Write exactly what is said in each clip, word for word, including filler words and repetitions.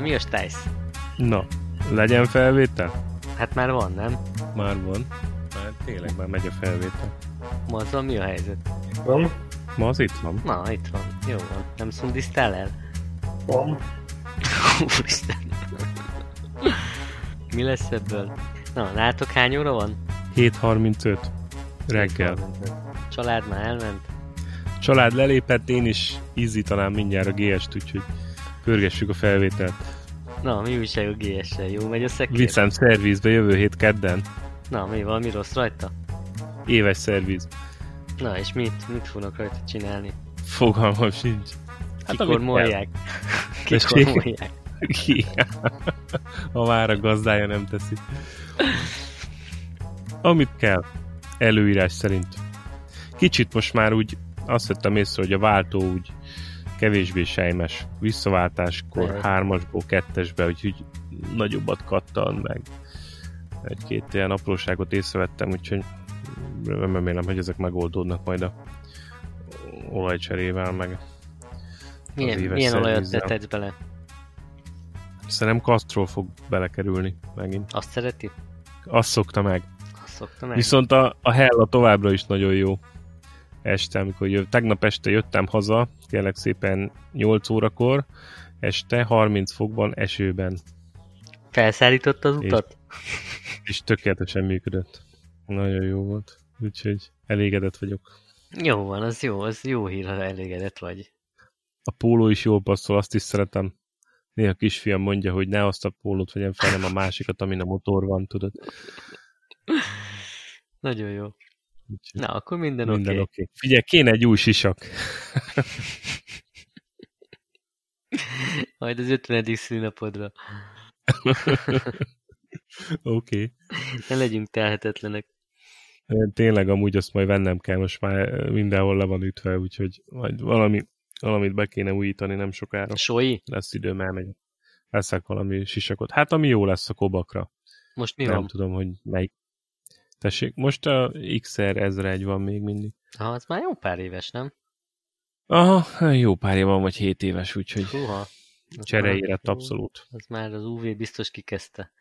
mi a stájsz? Na, legyen felvétel? Hát már van, nem? Már van. Már tényleg már megy a felvétel. Ma azzal mi a helyzet? Van? Ma az itt van. Na, itt van. Jó van. Nem szundisztál el? Van. Úristen. Mi lesz ebből? Na, nálatok hány óra van? hét harmincöt reggel. Család már elment? Család lelépett, én is izzítanám mindjárt a gé est, úgyhogy pörgessük a felvételt. Na, mi újság a gé essel? Jó megy a szekér? Viszem szervizbe jövő hét kedden. Na, mi van? Mi rossz rajta? Éves szerviz. Na, és mit? Mit fognak rajta csinálni? Fogalmam sincs. Hát, Kikor molják? Kikor Tessék? molják? Ki? Ha már a gazdája nem teszi. Amit kell. Előírás szerint. Kicsit most már úgy azt vettem észre, hogy a váltó úgy kevésbé sejmes. Visszaváltáskor Ne. hármasból kettesbe, úgyhogy nagyobbat kattan meg. Egy-két ilyen apróságot észrevettem, úgyhogy remélem, hogy ezek megoldódnak majd a olajcserével, meg Milyen, éves milyen olajat szervizzel. tetsz bele? Szerintem Castrol fog belekerülni megint. Azt szereti? Azt szokta meg. Azt szokta meg? Viszont a, a Hella továbbra is nagyon jó. Este, amikor jö, tegnap este jöttem haza, kérlek szépen nyolc órakor, este harminc fokban, esőben, Felszállította az utat? és tökéletesen működött. Nagyon jó volt, úgyhogy elégedett vagyok. Jó van, az jó, az jó hír, ha elégedett vagy. A póló is jól passzol, azt is szeretem. Néha kisfiam mondja, hogy ne azt a pólót vegyem fel, nem a másikat, amin a motor van, tudod. Nagyon jó. Úgyhogy Na, akkor minden, minden oké. oké. Okay. Figyelj, kéne egy új sisak. Majd az ötvenedik szülinapodra. Oké. Okay. Ne legyünk telhetetlenek. Tényleg amúgy azt majd vennem kell, most már mindenhol le van ütve, úgyhogy majd valami, valamit be kéne újítani nem sokára. Sói? Lesz időm, elmegyek. Leszek valami sisakot. Hát ami jó lesz a kobakra. Most mi nem van? tudom, hogy melyik. Tessék, most a iksz er ezregy van még mindig. Ha, az már jó pár éves, nem? Aha, jó párja van, vagy hét éves, úgyhogy Húha. csereérett abszolút. Az már az ú vé biztos kikezdte.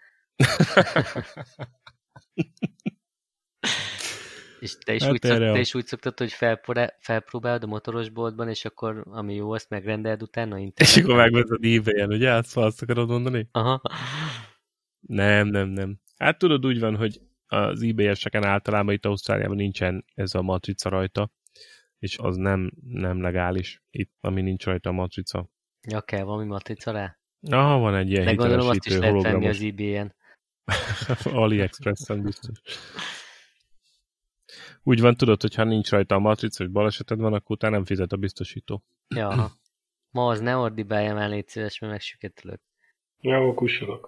És te is, Hát úgy, szok, erre a- te is úgy szoktad, hogy felpore, felpróbálod a motorosboltban, és akkor ami jó, azt megrendeld utána És interneten? akkor megveszed eBay-en, ugye? Azt, azt akarod mondani? Aha. Nem, nem, nem. Hát tudod, úgy van, hogy az eBay-eseken általában itt Ausztráliában nincsen ez a matrica rajta, és az nem, nem legális itt, ami nincs rajta a matrica. Ja, kell valami matrica rá? Aha, van egy ilyen De gondolom azt is hitelesítő, lehet venni hologramos. az eBay-en. AliExpress-en biztos. Úgy van, tudod, hogy ha nincs rajta a matrica, és baleseted van, akkor utána nem fizet a biztosító. Ja, aha. Ma az ne ordibálja már, légy szíves, mert megsüketülök. Jó, kussolok.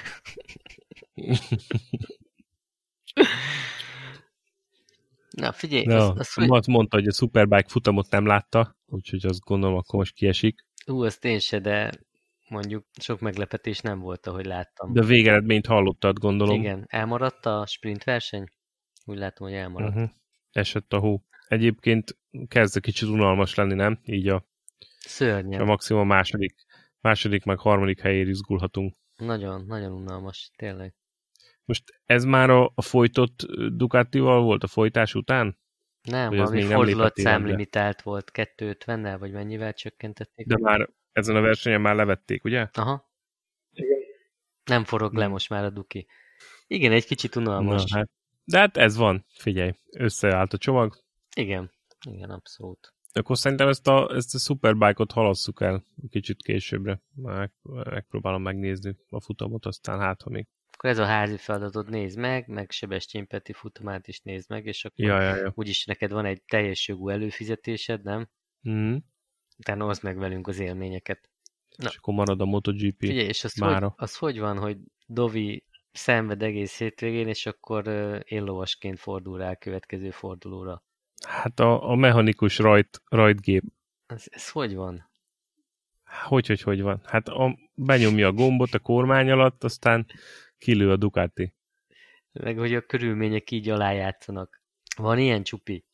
Na, figyelj, Na, az, az, hogy... Mat mondta, hogy a Superbike futamot nem látta, úgyhogy azt gondolom, akkor most kiesik. Ú, azt én se, de mondjuk sok meglepetés nem volt, ahogy láttam. De a végeredményt hallottad, gondolom. Igen, elmaradt a sprint verseny? Úgy látom, hogy elmaradt. Uh-huh. Esett a hó. Egyébként kezd kicsit unalmas lenni, nem? Így a, Szörnyen. a maximum második, második meg harmadik helyér izgulhatunk. Nagyon, nagyon unalmas, tényleg. Most ez már a, a folytott Ducatival volt a folytás után? Nem, Hogy az valami még nem lépett fordulatszám életbe? limitált volt, kétszázötvennel, vagy mennyivel csökkentették? De már ezen a versenyen már levették, ugye? Aha, Igen. nem forog le most már a Duki. Igen, egy kicsit unalmas. Na, hát. De hát ez van, figyelj, összeállt a csomag. Igen, igen, abszolút. Akkor szerintem ezt a, ezt a Superbike-ot halasszuk el kicsit későbbre. Meg, megpróbálom megnézni a futamot, aztán hát, ha még. Akkor ez a házi feladatod, nézd meg, meg Sebestyén Peti futamát is nézd meg, és akkor Ja, ja, ja. úgyis neked van egy teljes jogú előfizetésed, nem? Mm. Utána oszd meg velünk az élményeket. Na. És akkor marad a MotoGP. Figyelj, és az mára. hogy, az hogy van, hogy Dovi szenved egész hétvégén, és akkor uh, éllovasként fordul rá a következő fordulóra. Hát a, a mechanikus rajt, rajtgép. Ez, ez hogy van? Hogy, hogy, hogy van? Hát a, benyomja a gombot a kormány alatt, aztán kilő a Ducati. Meg hogy a körülmények így alájátszanak. Van ilyen csupi?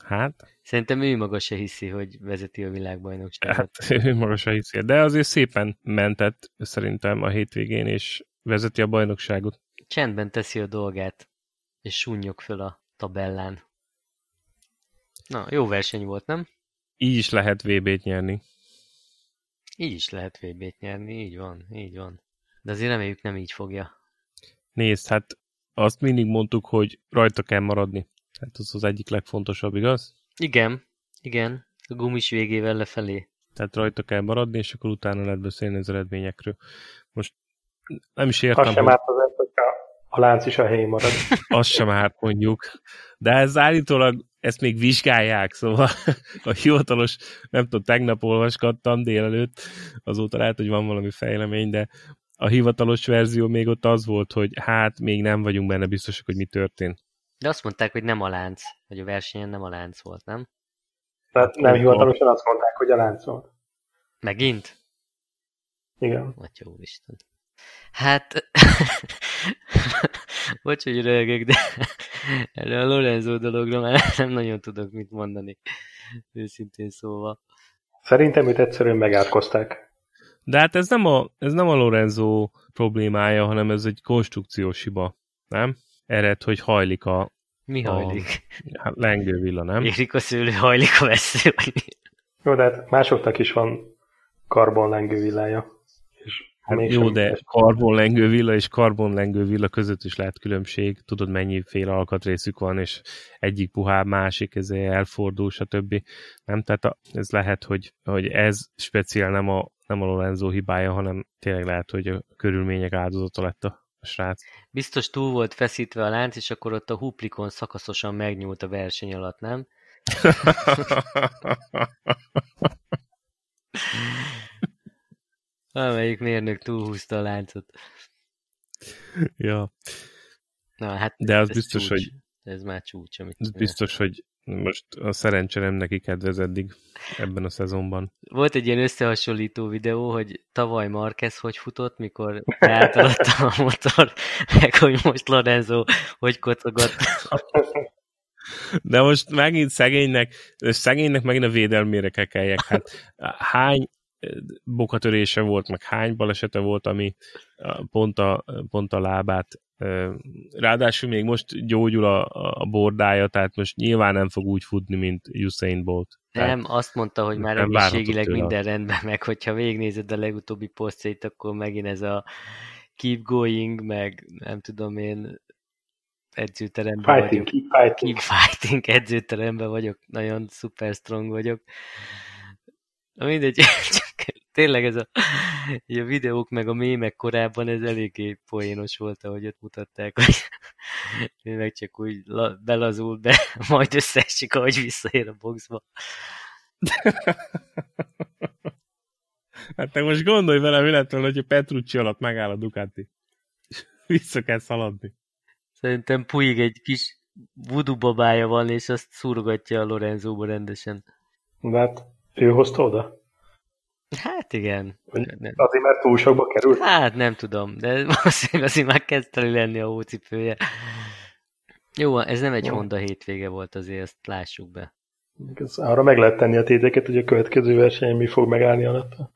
Hát? Szerintem ő maga se hiszi, hogy vezeti a világbajnokságot. Hát ő maga se hiszi. De azért szépen mentett szerintem a hétvégén, és vezeti a bajnokságot. Csendben teszi a dolgát, és sunnyog föl a tabellán. Na, jó verseny volt, nem? Így is lehet vé bét nyerni. Így is lehet vé bét nyerni, így van, így van. De azért reméljük nem így fogja. Nézd, hát azt mindig mondtuk, hogy rajta kell maradni. Hát az az egyik legfontosabb, igaz? Igen, igen, a gumis végével lefelé. Tehát rajta kell maradni, és akkor utána lehet beszélni az eredményekről. Most nem is értem, Az sem hogy... árt azért, hogyha a lánc is a helyén marad. Az sem árt, mondjuk. De ez állítólag ezt még vizsgálják, szóval a hivatalos, nem tudom, tegnap olvasgattam délelőtt, azóta lehet, hogy van valami fejlemény, de a hivatalos verzió még ott az volt, hogy hát még nem vagyunk benne biztosak, hogy mi történt. De azt mondták, hogy nem a lánc, hogy a versenyen nem a lánc volt, nem? Tehát nem hivatalosan azt mondták, hogy a lánc volt. Megint? Igen. Atya úristen. Hát, bocs, hogy röhögök, de erre a Lorenzo dologra már nem nagyon tudok mit mondani. Őszintén szóval. Szerintem őt egyszerűen megátkozták. De hát ez nem a, ez nem a Lorenzo problémája, hanem ez egy konstrukciós hiba, nem? Ered, hogy hajlik a... Mi hajlik? A, hát lengő villa, nem? Érik a szőlő, hajlik a vesző, vagy mi? Jó, de hát másoknak is van karbonlengő villája. És Hát jó, de karbonlengő villa és karbonlengő villa között is lehet különbség. Tudod, mennyiféle alkatrészük van, és egyik puhább, másik, ez elfordul, stb. Nem? Tehát a, ez lehet, hogy, hogy ez speciál nem a, nem a Lorenzo hibája, hanem tényleg lehet, hogy a körülmények áldozata lett a, a srác. Biztos túl volt feszítve a lánc, és akkor ott a huplikon szakaszosan megnyúlt a verseny alatt, nem? Valamelyik mérnök túlhúzta a láncot. Ja. Na, hát de az ez biztos, csúcs. hogy Ez már csúcs, amit ez biztos, hogy most a szerencse nem neki kedvez eddig ebben a szezonban. Volt egy ilyen összehasonlító videó, hogy tavaly Marquez hogy futott, mikor beáltalodta a motor, meg hogy most Lorenzo hogy kocogott. De most megint szegénynek, szegénynek megint a védelmére kell kelljek. Hát hány bokatörése volt, meg hány balesete volt, ami pont a, pont a lábát. Ráadásul még most gyógyul a, a bordája, tehát most nyilván nem fog úgy futni, mint Usain Bolt. Nem, azt mondta, hogy már egészségileg minden rendben, meg hogyha végignézed a legutóbbi posztjait, akkor megint ez a keep going, meg nem tudom én, edzőteremben fighting, vagyok. Keep fighting. Keep fighting, edzőteremben vagyok, nagyon super strong vagyok. Na mindegy, csak tényleg ez a, a videók meg a mémek korábban ez eléggé poénos volt, ahogy ott mutatták, hogy ő meg csak úgy la, belazult be, majd összeesik, ahogy visszaér a boxba. Hát te most gondolj vele, mi lett volna, hogyha Petrucci alatt megáll a Ducati. Vissza kell szaladni. Szerintem Puig egy kis voodoo babája van, és azt szúrogatja a Lorenzóba rendesen. De hát ő hozta oda? Hát igen. Nem. Azért, mert túl sokba került? Hát nem tudom, de valószínűleg azért már kezdteli lenni a hócipője. Jó, ez nem egy ja. Honda hétvége volt, azért ezt lássuk be. Ez, arra meg lehet tenni a téteket, hogy a következő versenyen mi fog megállni alatta.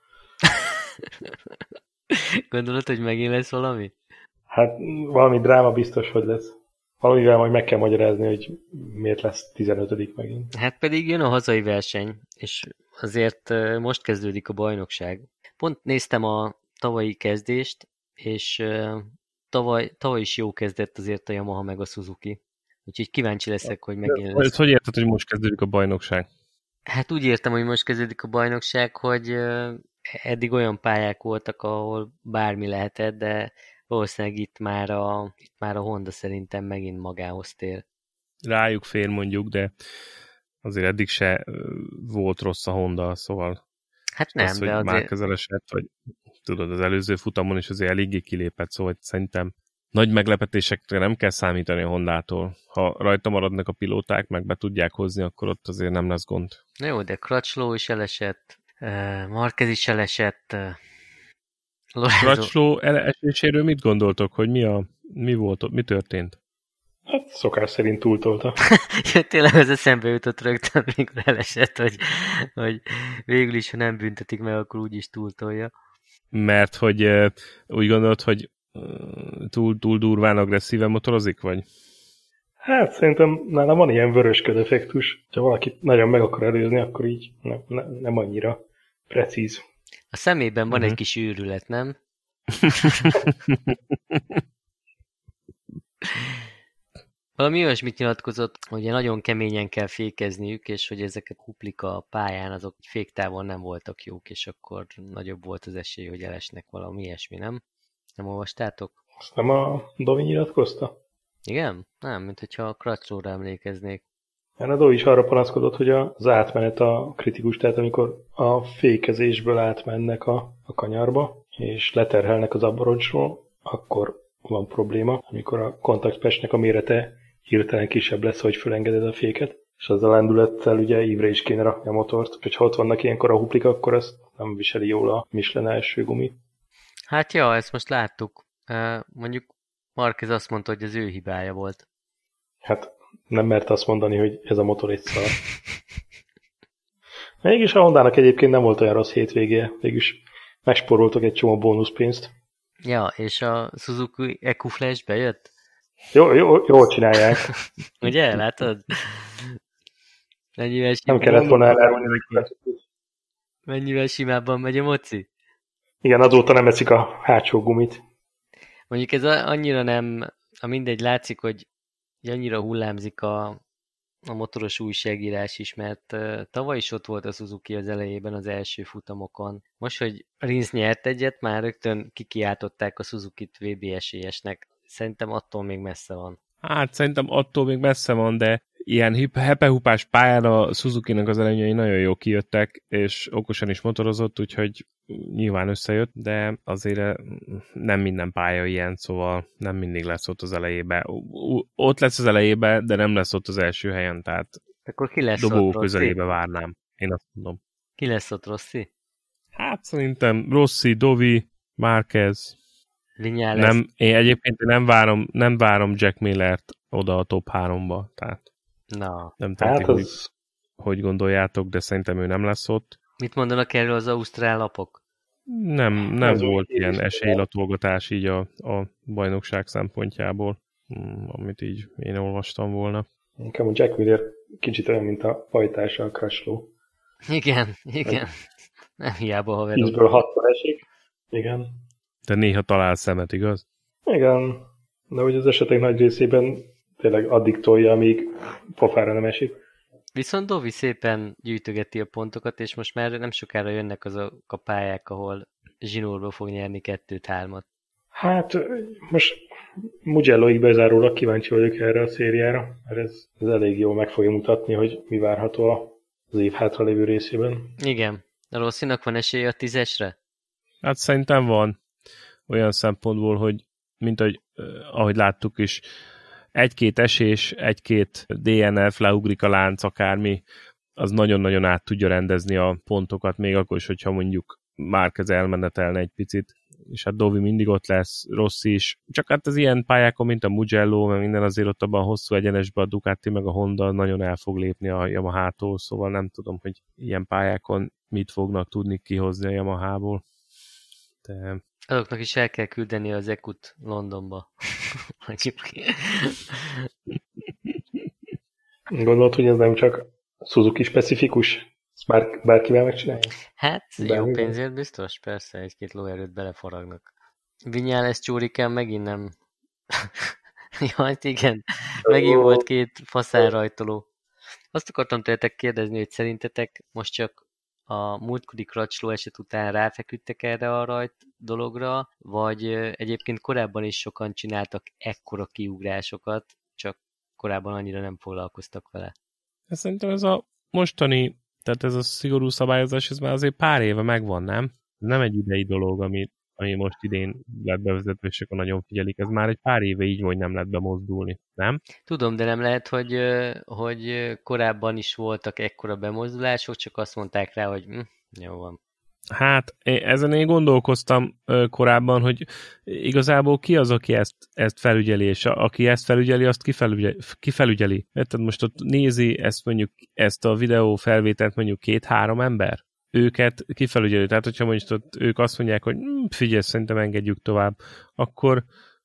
Gondolod, hogy megint lesz valami? Hát valami dráma biztos, hogy lesz. Valamivel majd meg kell magyarázni, hogy miért lesz tizenötödik megint. Hát pedig jön a hazai verseny, és azért most kezdődik a bajnokság. Pont néztem a tavalyi kezdést, és tavaly, tavaly is jó kezdett azért a Yamaha meg a Suzuki. Úgyhogy kíváncsi leszek, hogy megint lesz. Ezt hogy érted, hogy most kezdődik a bajnokság? Hát úgy értem, hogy most kezdődik a bajnokság, hogy eddig olyan pályák voltak, ahol bármi lehetett, de valószínűleg itt már a, itt már a Honda szerintem megint magához tér. Rájuk fér mondjuk, de azért eddig se volt rossz a Honda, szóval hát nem, az, de hogy azért... már közelesett, vagy tudod, az előző futamon is azért eléggé kilépett, szóval szerintem nagy meglepetésekre nem kell számítani a Hondától. Ha rajta maradnak a pilóták, meg be tudják hozni, akkor ott azért nem lesz gond. Na jó, de Crutchlow is elesett, Marquez is elesett. Crutchlow eséséről mit gondoltok, hogy mi, a, mi volt, mi történt? Hát szokás szerint túltolta. Tényleg az eszembe jutott rögtön, mikor elesett, hogy, hogy végül is, ha nem büntetik meg, akkor úgyis túltolja. Mert hogy uh, úgy gondolod, hogy uh, túl, túl durván agresszíven motorozik, vagy? Hát szerintem nálam van ilyen vörösköd effektus. Ha valaki nagyon meg akar előzni, akkor így ne, ne, nem annyira precíz. A szemében van uh-huh. egy kis őrület, nem? Valami olyasmit nyilatkozott, hogy nagyon keményen kell fékezniük, és hogy ezek a kuplika a pályán, azok féktávon nem voltak jók, és akkor nagyobb volt az esély, hogy elesnek, valami ilyesmi, nem? Nem olvastátok? Azt nem a Dovi nyilatkozta? Igen? Nem, mint hogyha a Crutchlow-ra emlékeznék. Mert a Dovi is arra panaszkodott, hogy az átmenet a kritikus, tehát amikor a fékezésből átmennek a, a kanyarba, és leterhelnek az abroncsról, akkor van probléma, amikor a kontaktpestnek a mérete hirtelen kisebb lesz, hogy fölengeded a féket, és az a lendülettel ugye ívre is kéne rakni a motort, és ha ott vannak ilyenkor a huplik, akkor ezt nem viseli jól a Michelin első gumi. Hát ja, ezt most láttuk. Mondjuk Marquez azt mondta, hogy az ő hibája volt. Hát nem mert azt mondani, hogy ez a motor egy szar. Mégis a Hondának egyébként nem volt olyan rossz hétvégéje, mégis megspóroltak egy csomó bónuszpénzt. Ja, és a Suzuki EcoFlash bejött? Jó, jó, jól csinálják. Ugye, látod? Mennyivel nem kellett volna elárulni. Mennyivel simábban megy a moci? Igen, azóta nem eszik a hátsó gumit. Mondjuk ez annyira nem, a mindegy, látszik, hogy annyira hullámzik a, a motoros újságírás is, mert uh, tavaly is ott volt a Suzuki az elejében az első futamokon. Most, hogy Rins nyert egyet, már rögtön kikiáltották a Suzukit vé bé esélyesnek. Szerintem attól még messze van. Hát szerintem attól még messze van, de ilyen hepehupás pályán a Suzuki-nak az előnyei nagyon jó kijöttek, és okosan is motorozott, úgyhogy nyilván összejött, de azért nem minden pálya ilyen, szóval nem mindig lesz ott az elejében. Ott lesz az elejében, de nem lesz ott az első helyen, tehát akkor ki lesz dobó ott, közelébe várnám. Én azt mondom. Ki lesz ott, Rossi? Hát szerintem Rossi, Dovi, Márquez. Nem, én egyébként nem várom, nem várom Jack Millert oda a top háromba, tehát Na. nem tudom, hát hogy, az... hogy gondoljátok, de szerintem ő nem lesz ott. Mit mondanak erről az ausztrál lapok? Nem, nem ez volt ilyen esélylatolgatás így a, a bajnokság szempontjából, amit így én olvastam volna. Inkább a Jack Miller kicsit olyan, mint a pajtása a Crutchlow. Igen, igen. Nem hiába haverok. tízből hatszor esik. Igen. De néha talál szemet, igaz? Igen, de hogy az esetek nagy részében tényleg addig tolja, amíg pofára nem esik. Viszont Dovi szépen gyűjtögeti a pontokat, és most már nem sokára jönnek azok a pályák, ahol zsinórba fog nyerni kettőt-hármat. Hát most Mugelloig bezárólag kíváncsi vagyok erre a szériára, mert ez, ez elég jól meg fogja mutatni, hogy mi várható az év hátralévő részében. Igen. A Rossinak van esélye a tízesre? Hát szerintem van. Olyan szempontból, hogy mint ahogy, ahogy láttuk is, egy-két esés, egy-két dé en ef, leugrik a lánc, akármi, az nagyon-nagyon át tudja rendezni a pontokat, még akkor is, hogyha mondjuk Márquez elmenetelne egy picit, és hát Dovi mindig ott lesz, Rossi is. Csak hát az ilyen pályákon, mint a Mugello, mert minden azért ott abban a hosszú egyenesben a Ducati meg a Honda nagyon el fog lépni a Yamahától, szóval nem tudom, hogy ilyen pályákon mit fognak tudni kihozni a Yamahából. De... Azoknak is el kell küldeni az Ekut Londonba. Gondolod, hogy ez nem csak Suzuki specifikus? Ezt bár, bárkivel megcsinálja? Hát, Bármivel? Jó pénzért biztos, persze, egy-két lóerőt belefaragnak. Vinyales csúrikán megint nem... Jaj, igen, megint volt két faszánrajtoló. Azt akartam tőletek kérdezni, hogy szerintetek most csak a múltkori Crutchlow eset után ráfeküdtek erre a rajt dologra, vagy egyébként korábban is sokan csináltak ekkora kiugrásokat, csak korábban annyira nem foglalkoztak vele. Szerintem ez a mostani, tehát ez a szigorú szabályozás, ez már azért pár éve megvan, nem? Nem egy idei dolog, ami, ami most idén lett bevezetve, és akkor nagyon figyelik. Ez már egy pár éve így, hogy nem lehet bemozdulni, nem? Tudom, de nem lehet, hogy, hogy korábban is voltak ekkora bemozdulások, csak azt mondták rá, hogy hm, jó van. Hát ezen én gondolkoztam korábban, hogy igazából ki az, aki ezt, ezt felügyeli, és aki ezt felügyeli, azt kifelügyeli. kifelügyeli. Érted? Most ott nézi ezt mondjuk, ezt a videó felvételt mondjuk két-három ember? Őket kifelügyeli. Tehát, hogyha mondjuk ott ők azt mondják, hogy hm, figyelj, szerintem engedjük tovább, akkor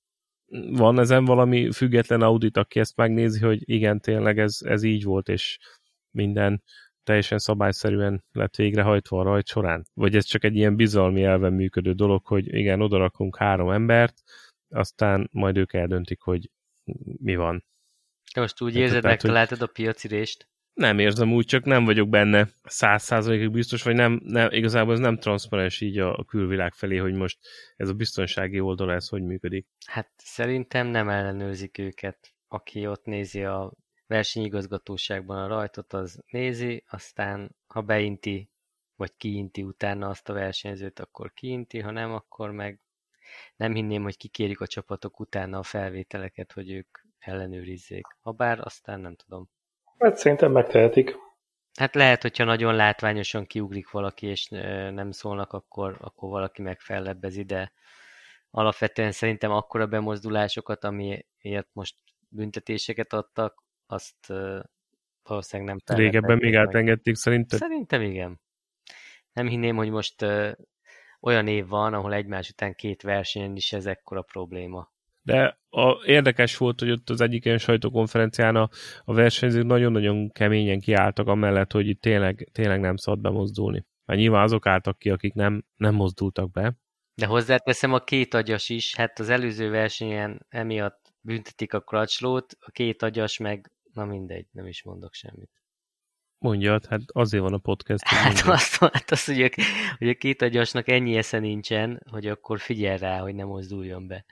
van ezen valami független audit, aki ezt megnézi, hogy igen, tényleg ez, ez így volt, és minden teljesen szabályszerűen lett végrehajtva a rajt során? Vagy ez csak egy ilyen bizalmi elven működő dolog, hogy igen, odarakunk három embert, aztán majd ők eldöntik, hogy mi van. Te most úgy érzed, megtaláltad a piacirést? Nem érzem úgy, csak nem vagyok benne száz százalékig biztos, vagy nem, nem, igazából ez nem transzparens így a, a külvilág felé, hogy most ez a biztonsági oldala, ez hogy működik. Hát szerintem nem ellenőrzik őket. Aki ott nézi a versenyigazgatóságban a rajtot, az nézi, aztán ha beinti, vagy kiinti utána azt a versenyzőt, akkor kiinti, ha nem, akkor meg nem hinném, hogy kikérjük a csapatok utána a felvételeket, hogy ők ellenőrizzék. Habár aztán nem tudom. Hát szerintem megtehetik. Hát lehet, hogyha nagyon látványosan kiugrik valaki, és nem szólnak, akkor, akkor valaki megfellebbezi, de alapvetően szerintem akkora bemozdulásokat, amiért most büntetéseket adtak, azt uh, valószínűleg nem felett. Régebben még átengedték szerintem? Szerintem igen. Nem hinném, hogy most uh, olyan év van, ahol egymás után két versenyen is ez ekkora probléma. De a, érdekes volt, hogy ott az egyik ilyen sajtókonferencián a, a versenyzők nagyon-nagyon keményen kiálltak amellett, hogy itt tényleg, tényleg nem szabad bemozdulni. Már nyilván azok álltak ki, akik nem, nem mozdultak be. De hozzáteszem a két agyas is, hát az előző versenyen emiatt büntetik a Crutchlow-t, a két agyas meg, na mindegy, nem is mondok semmit. Mondjad, hát azért van a podcast. Hát azt, hát azt hogy, a, hogy a két agyasnak ennyi esze nincsen, hogy akkor figyelj rá, hogy nem mozduljon be.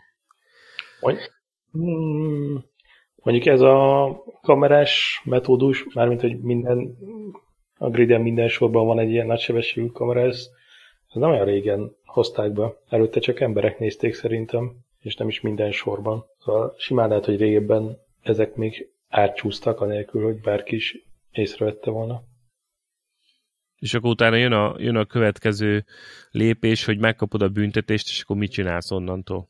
Mondjuk ez a kamerás metódus, mármint, hogy minden, a griden minden sorban van egy ilyen nagysebességű kamera, ez, ez nem olyan régen hozták be. Előtte csak emberek nézték szerintem, és nem is minden sorban. Szóval simán lehet, hogy régebben ezek még átcsúsztak, anélkül, hogy bárki is észrevette volna. És akkor utána jön a, jön a következő lépés, hogy megkapod a büntetést, és akkor mit csinálsz onnantól?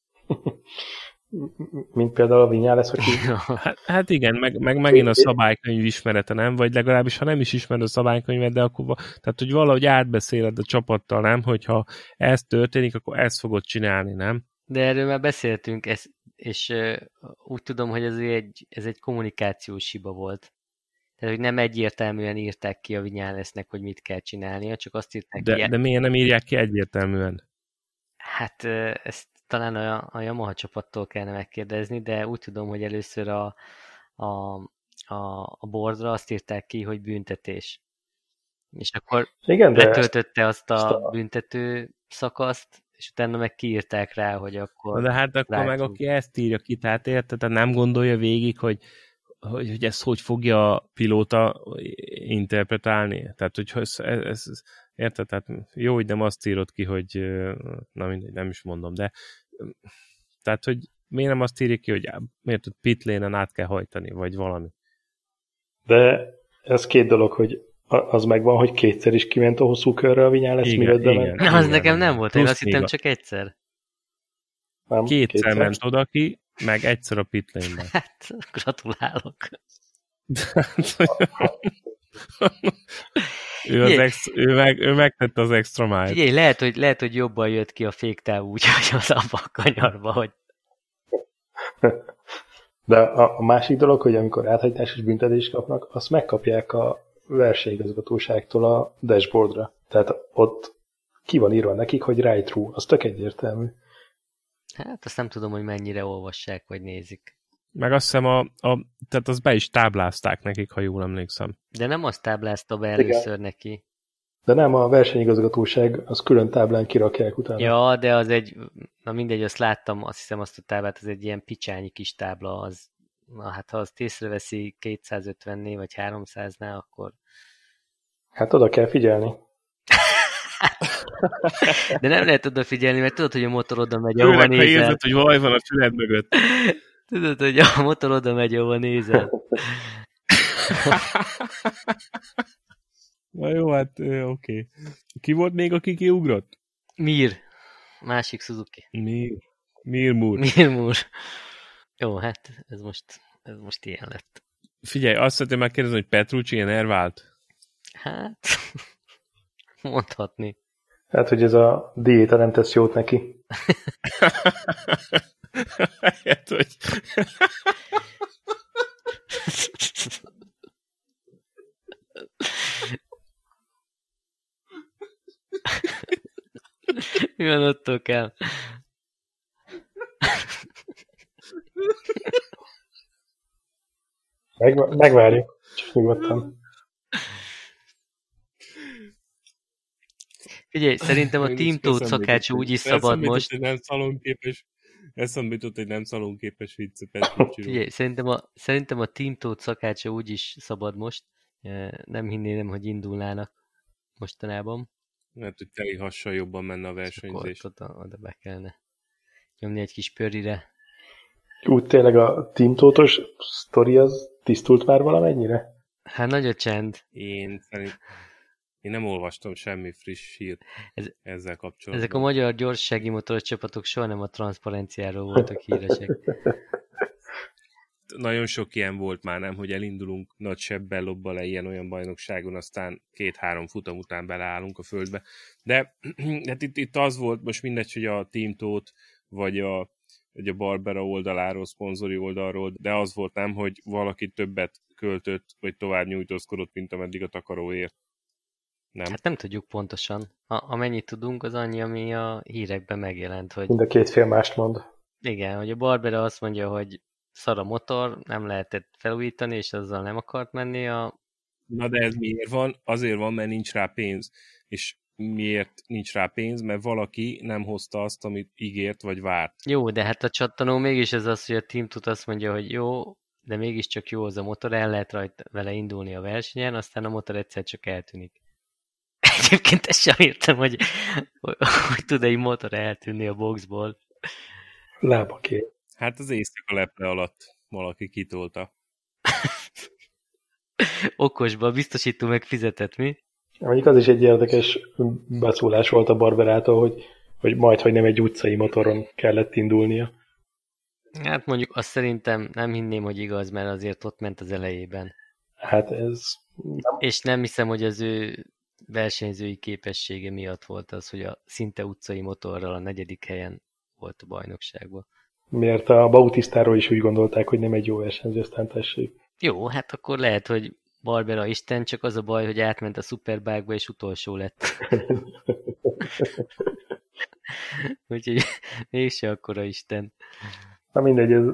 Mint például a Vinyales, aki... hát, hát igen, meg, meg megint a szabálykönyv ismerete, nem? Vagy legalábbis, ha nem is ismered a szabálykönyvet, de akkor, tehát, hogy valahogy átbeszéled a csapattal, nem? Hogyha ez történik, akkor ezt fogod csinálni, nem? De erről már beszéltünk, ez, és uh, úgy tudom, hogy ez egy, ez egy kommunikációs hiba volt. Tehát, hogy nem egyértelműen írták ki a Vinyalesnek, hogy mit kell csinálnia, csak azt írták de, ki... De miért nem írják ki egyértelműen? Hát uh, ezt talán a, a Yamaha csapattól kellene megkérdezni, de úgy tudom, hogy először a, a, a, a boardra azt írták ki, hogy büntetés. És akkor igen, de letöltötte azt a, a büntető szakaszt, és utána meg kiírták rá, hogy akkor... De hát akkor meg aki ezt írja ki, tehát érted, tehát nem gondolja végig, hogy, hogy, hogy ezt hogy fogja a pilóta interpretálni. Tehát, hogy ez, ez, ez érted? Tehát jó, hogy nem azt írod ki, hogy na mindegy, nem is mondom, de tehát, hogy miért nem azt írja ki, hogy miért pit lane-en át kell hajtani, vagy valami. De ez két dolog, hogy az megvan, hogy kétszer is kiment a hosszú körre a Vinyales, mielőtt bement. Az igen, nekem nem volt, én azt hittem csak egyszer. Nem, kétszer, kétszer ment oda ki, meg egyszer a pit lane-ben. Hát, gratulálok. ő, az ex, ő, meg, ő megtette az extra mile-t. Figyelj, lehet hogy, lehet, hogy jobban jött ki a féktáv úgy, hogy az abba a kanyarba, hogy... De a, a másik dolog, hogy amikor áthajtásos büntetést kapnak, azt megkapják a versenyigazgatóságtól a dashboardra. Tehát ott ki van írva nekik, hogy right through, az tök egyértelmű. Hát azt nem tudom, hogy mennyire olvassák, vagy nézik. Meg azt hiszem, a, a, tehát azt be is táblázták nekik, ha jól emlékszem. De nem azt táblázta be először igen. neki. De nem, a versenyigazgatóság, az külön táblán kirakják utána. Ja, de az egy, na mindegy, azt láttam, azt hiszem azt a táblát, az egy ilyen picsányi kis tábla, az, na hát ha azt észreveszi kétszázötvennél vagy háromszáznál, akkor... Hát oda kell figyelni. De nem lehet odafigyelni, mert tudod, hogy a motor oda megy, ahova nézel. Ha érzed, hogy vaj van a füled mögött. Tudod, hogy a motor oda megy, ahova nézel. Na jó, hát oké. Okay. Ki volt még, aki kiugrott? Mir. Másik Suzuki. Mir. Mir Moore. Mir Moore. Jó, hát ez most, ez most ilyen lett. Figyelj, azt szeretném megkérdezni, hogy Petrucci ilyen elvált? Hát, mondhatni. Hát, hogy ez a diéta nem tesz jót neki. Hát, hogy... Mi van ottól kell? Meg, megvárjuk. Csak nyugodtan. Figyelj, szerintem a Team Tóth szakács úgy is szabad most. Hogy nem szalonképes, eszembe jutott, hogy nem szalonképes vicc Petrucciról. Figyelj, szerintem a, szerintem a Team Tóth szakácsa úgy is szabad most. Nem hinném, hogy indulnának mostanában. Mert hogy teli hassal jobban menne a versenyzés. Akkor oda, oda be kellene nyomni egy kis pörrire. Úgy tényleg a Team Tóthos sztori az tisztult már valamennyire? Hát nagy a csend. Én szerint... Én nem olvastam semmi friss hírt Ez, ezzel kapcsolatban. Ezek a magyar gyorsasági motoros csapatok soha nem a transzparenciáról voltak híresek. Nagyon sok ilyen volt már, nem, hogy elindulunk nagy sebbel, lobbal ilyen-olyan bajnokságon, aztán két-három futam után beleállunk a földbe. De hát itt, itt az volt, most mindegy, hogy a Team Tóth, vagy a, vagy a Barbera oldaláról, szponzori oldalról, de az volt nem, hogy valaki többet költött, vagy tovább nyújtózkodott, mint ameddig a takaróért. Nem. Hát nem tudjuk pontosan. A, amennyit tudunk, az annyi, ami a hírekben megjelent, hogy... Mind a két fél mást mond. Igen, hogy a Barbera azt mondja, hogy szar a motor, nem lehetett felújítani, és azzal nem akart menni a... Na de ez miért van? Azért van, mert nincs rá pénz. És miért nincs rá pénz? Mert valaki nem hozta azt, amit ígért, vagy várt. Jó, de hát a csattanó mégis ez az, hogy a Team Tóth azt mondja, hogy jó, de mégiscsak jó az a motor, el lehet rajta vele indulni a versenyen, aztán a motor egyszer csak eltűnik. Egyébként ezt sem értem, hogy, hogy, hogy tud egy motor eltűnni a boxból. Lábaké. Hát az éjszaka leple alatt valaki kitolta. Okosba, biztosító meg fizetett, mi? Mondjuk az is egy érdekes beszólás volt a Barberától, hogy, hogy majd, hogy nem egy utcai motoron kellett indulnia. Hát mondjuk azt szerintem nem hinném, hogy igaz, mert azért ott ment az elejében. Hát ez... Nem. És nem hiszem, hogy az ő versenyzői képessége miatt volt az, hogy a szinte utcai motorral a negyedik helyen volt a bajnokságban. Miért a Bautisztáról is úgy gondolták, hogy nem egy jó versenyző, aztán tessék. Jó, hát akkor lehet, hogy Barbera Isten, csak az a baj, hogy átment a Superbike-ba és utolsó lett. Úgyhogy mégse akkora Isten. Na mindegy, ez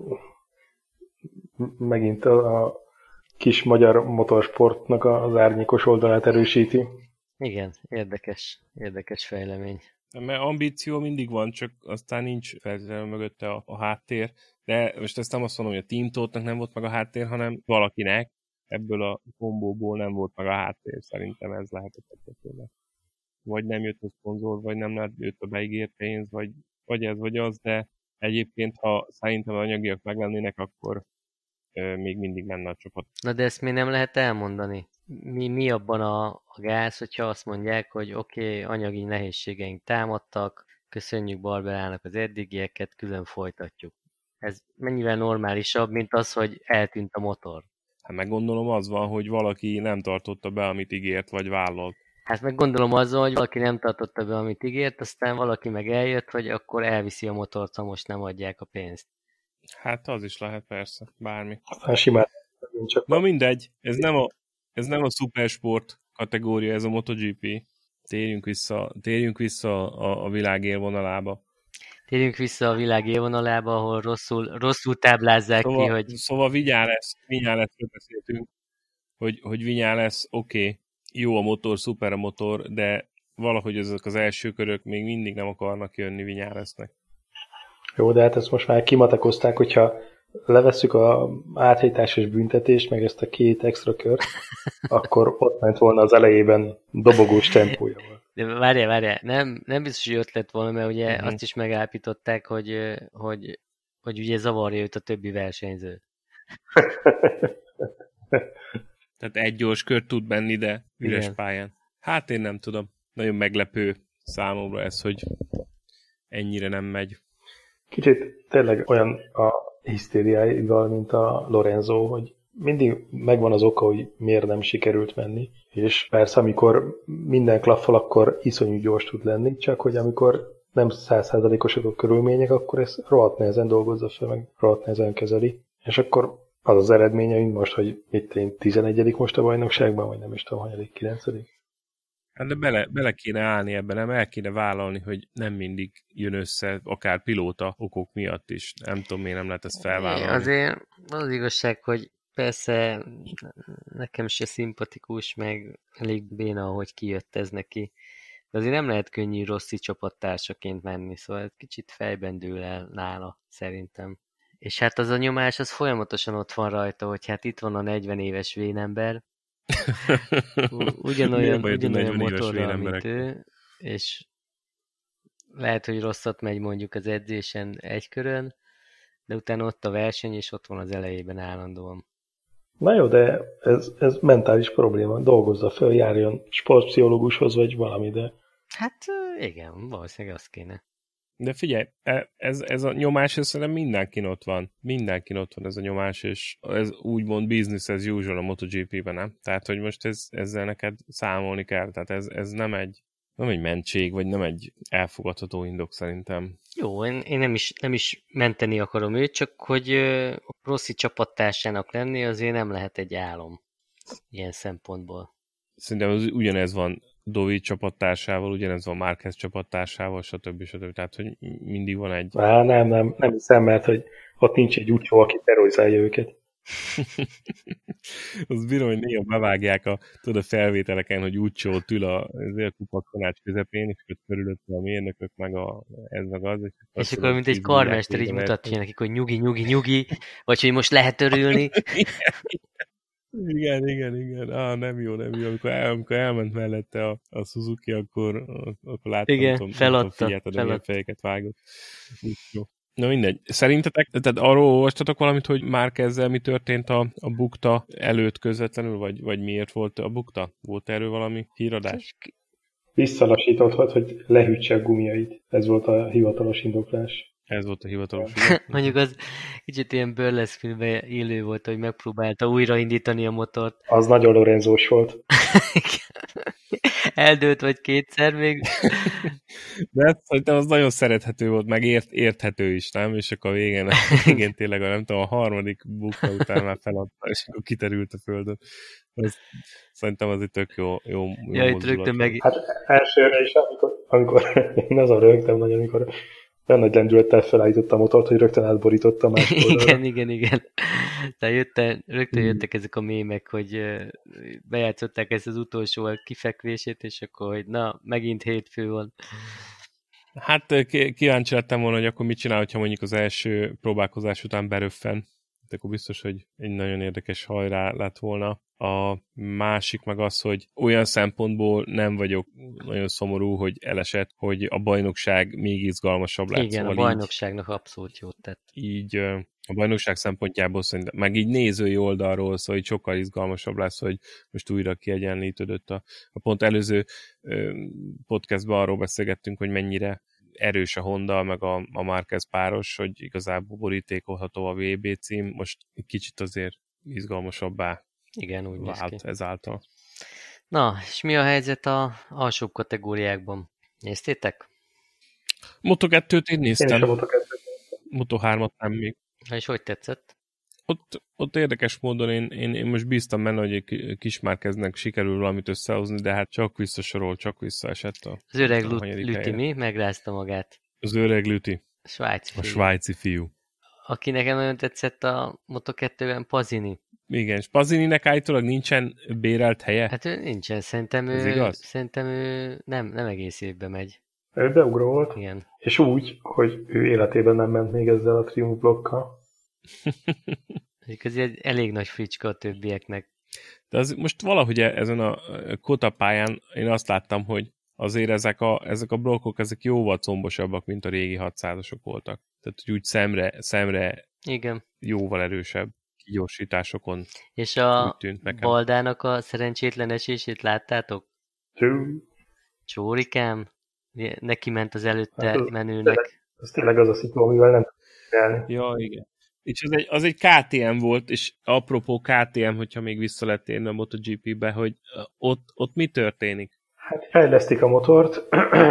megint a, a kis magyar motorsportnak az árnyékos oldalát erősíti. Igen, érdekes, érdekes fejlemény. Mert ambíció mindig van, csak aztán nincs feltétlenül mögötte a, a háttér. De most ezt nem azt mondom, hogy a Team Tóthnak nem volt meg a háttér, hanem valakinek ebből a kombóból nem volt meg a háttér. Szerintem ez lehetett a tőle. Vagy nem jött a szponzor, vagy nem jött a beígért pénz, vagy, vagy ez, vagy az, de egyébként, ha szerintem az anyagiak meglennének, akkor euh, még mindig menne a csapat. Na de ezt még nem lehet elmondani. Mi, mi abban a, a gáz, hogyha azt mondják, hogy oké, okay, anyagi nehézségeink támadtak, köszönjük Barberának az eddigieket, külön folytatjuk. Ez mennyivel normálisabb, mint az, hogy eltűnt a motor. Hát meg gondolom az van, hogy valaki nem tartotta be, amit ígért, vagy vállalt. Hát meg gondolom azzal, hogy valaki nem tartotta be, amit ígért, aztán valaki meg eljött, hogy akkor elviszi a motort, ha most nem adják a pénzt. Hát az is lehet persze, bármi. Aztán simán. Csak... Na mindegy, ez nem a, ez nem a szupersport kategória, ez a MotoGP. Térjünk vissza, térjünk vissza a, a világ élvonalába. Térjünk vissza a világ élvonalába, ahol rosszul, rosszul táblázzák szóval, ki, hogy... Szóval Viñales, Viñalesről beszéltünk, hogy, hogy Viñales oké, okay, jó a motor, szuper a motor, de valahogy ezek az első körök még mindig nem akarnak jönni Viñalesnek. Jó, de hát ezt most már kimatakozták, hogyha levesszük a áthajtásos büntetést, meg ezt a két extra kört, akkor ott ment volna az elejében dobogós tempójával. De várjál, várjál, nem, nem biztos, hogy ötlet volna, mert ugye uh-huh. azt is megállapították, hogy, hogy, hogy ugye zavarja őt a többi versenyző. Tehát egy gyors kört tud menni, de üres Igen. pályán. Hát én nem tudom. Nagyon meglepő számomra ez, hogy ennyire nem megy. Kicsit tényleg olyan a hisztériáival, mint a Lorenzo, hogy mindig megvan az oka, hogy miért nem sikerült menni, és persze amikor minden klaffal, akkor iszonyú gyors tud lenni, csak hogy amikor nem száz százalékosak a körülmények, akkor ez rohadt nehezen dolgozza fel, meg rohadt nehezen kezeli, és akkor az az eredménye, mint most, hogy itt én tizenegyedik most a bajnokságban, vagy nem is tudom, hanyadik, kilencedik. Hát de bele, bele kéne állni ebben, nem el kéne vállalni, hogy nem mindig jön össze, akár pilóta okok miatt is. Nem tudom, miért nem lehet ezt felvállalni. Azért az igazság, hogy persze nekem se szimpatikus, meg elég béna, ahogy kijött ez neki. De azért nem lehet könnyű Rossi csapattársaként menni, szóval kicsit fejben dől el nála, szerintem. És hát az a nyomás, az folyamatosan ott van rajta, hogy hát itt van a negyven éves vénember, ugyanolyan, ugyanolyan motorral, mint ő, és lehet, hogy rosszat megy mondjuk az edzésen egy körön, de utána ott a verseny, és ott van az elejében állandóan. Na jó, de ez, ez mentális probléma. Dolgozza fel, járjon sportpszichológushoz, vagy valami, de... Hát igen, valószínűleg azt kéne. De figyelj, ez, ez a nyomás, ez szerintem mindenkin ott van. Mindenkin ott van ez a nyomás, és ez úgymond business as usual a MotoGP-ben, nem? Tehát, hogy most ez, ezzel neked számolni kell. Tehát ez, ez nem egy nem egy mentség, vagy nem egy elfogadható indok szerintem. Jó, én, én nem, is, nem is menteni akarom őt, csak hogy uh, Rossi csapattársának lenni azért nem lehet egy álom ilyen szempontból. Szerintem az, ugyanez van Dovi csapattársával, ugyanez van Márquez csapattársával, stb. stb. Tehát, hogy mindig van egy... Á, nem, nem, nem hiszem, mert hogy ott nincs egy úgyhó, aki terrorizálja őket. Az bírom, hogy néha bevágják a, tudod, a felvételeken, hogy úgycsó ül a élkupakonács közepén, és ott körülötte a mérnökök, meg a, ez meg az. És, és akkor, mint egy karmester így mutatja nekik, hogy nyugi, nyugi, nyugi, vagy hogy most lehet örülni. Igen, igen, igen. Ah, nem jó, nem jó. Amikor, el, amikor elment mellette a, a Suzuki, akkor, akkor láttam, igen, tudom, feladta, figyelted, hogy milyen fejeket vágott. Jó. Na mindegy. Szerintetek, tehát arról olvastatok valamit, hogy már ezzel mi történt a, a bukta előtt közvetlenül, vagy, vagy miért volt a bukta? Volt erről valami híradás? Visszalassított, hogy lehűtse a gumiait. Ez volt a hivatalos indoklás. Ez volt a hivatalos. Mondjuk az kicsit ilyen burlesque filmben élő volt, hogy megpróbálta újraindítani a motort. Az nagyon Lorenzós volt. Eldőlt vagy kétszer még. De szerintem az nagyon szerethető volt, meg ért, érthető is, nem? És akkor a végén, végén tényleg, nem tudom, a harmadik bukta után már feladta, és akkor kiterült a földön. Ez, szerintem az egy tök jó, jó, jó ja, itt rögtön meg... Hát elsőre is, amikor, amikor én azon rögtem nagyon, amikor olyan nagy lendülettel felállította a motort, hogy rögtön átborította más oldalra. Igen, igen, igen. Tehát jötte, rögtön jöttek ezek a mémek, hogy bejátszották ezt az utolsó kifekvését, és akkor, hogy na, megint hétfő van. Hát kíváncsi lettem volna, hogy akkor mit csinál, hogyha mondjuk az első próbálkozás után beröffen. De akkor biztos, hogy egy nagyon érdekes hajrá lett volna. A másik meg az, hogy olyan szempontból nem vagyok nagyon szomorú, hogy elesett, hogy a bajnokság még izgalmasabb lett. Igen, szóval a bajnokságnak így, abszolút jót tett. Így a bajnokság szempontjából szerintem, meg így nézői oldalról, szóval így sokkal izgalmasabb lesz, hogy most újra kiegyenlítődött. A, a pont előző podcastban arról beszélgettünk, hogy mennyire erős a Honda, meg a, a Márquez páros, hogy igazából borítékolható a vé bé cím, most kicsit azért izgalmasabbá igen, úgy vált ezáltal. Na, és mi a helyzet a alsóbb kategóriákban? Néztétek? Moto kettőt én néztem. Én is a Moto kettőt néztem. Moto hármat nem még. Na és hogy tetszett? Ott, ott érdekes módon én, én, én most bíztam benne, hogy egy kis Márqueznek sikerül valamit összehozni, de hát csak visszasorol, csak visszaesett a Az öreg Lüti mi? Megrázta magát. Az öreg Lüti. A svájci a fiú. svájci fiú. Aki nekem nagyon tetszett a Moto kettőben, Pazini. Igen, és Pazininek állítólag nincsen bérelt helye? Hát ő nincsen, szerintem ő, szerintem ő nem, nem egész évben megy. Ő beugró volt. Igen. És úgy, hogy ő életében nem ment még ezzel a Triumph blokkal. Ez egy elég nagy fricska a többieknek. De az, most valahogy ezen a Kota pályán én azt láttam, hogy azért ezek a, ezek a blokkok, ezek jóval combosabbak, mint a régi hatszázasok voltak. Tehát, hogy úgy szemre, szemre igen. jóval erősebb. kigyorsításokon. És a Úgy tűnt nekem. Baldának a szerencsétlen esését láttátok? Tű. Csórikám? Neki ment az előtte Hát az menőnek. tényleg- Ez tényleg az a szitu, amivel nem tudok élni. Ja, igen. És az egy, az egy ká té em volt, és apropó ká té em, hogyha még vissza lehet térni a MotoGP-be, hogy ott, ott mi történik? Hát fejlesztik a motort.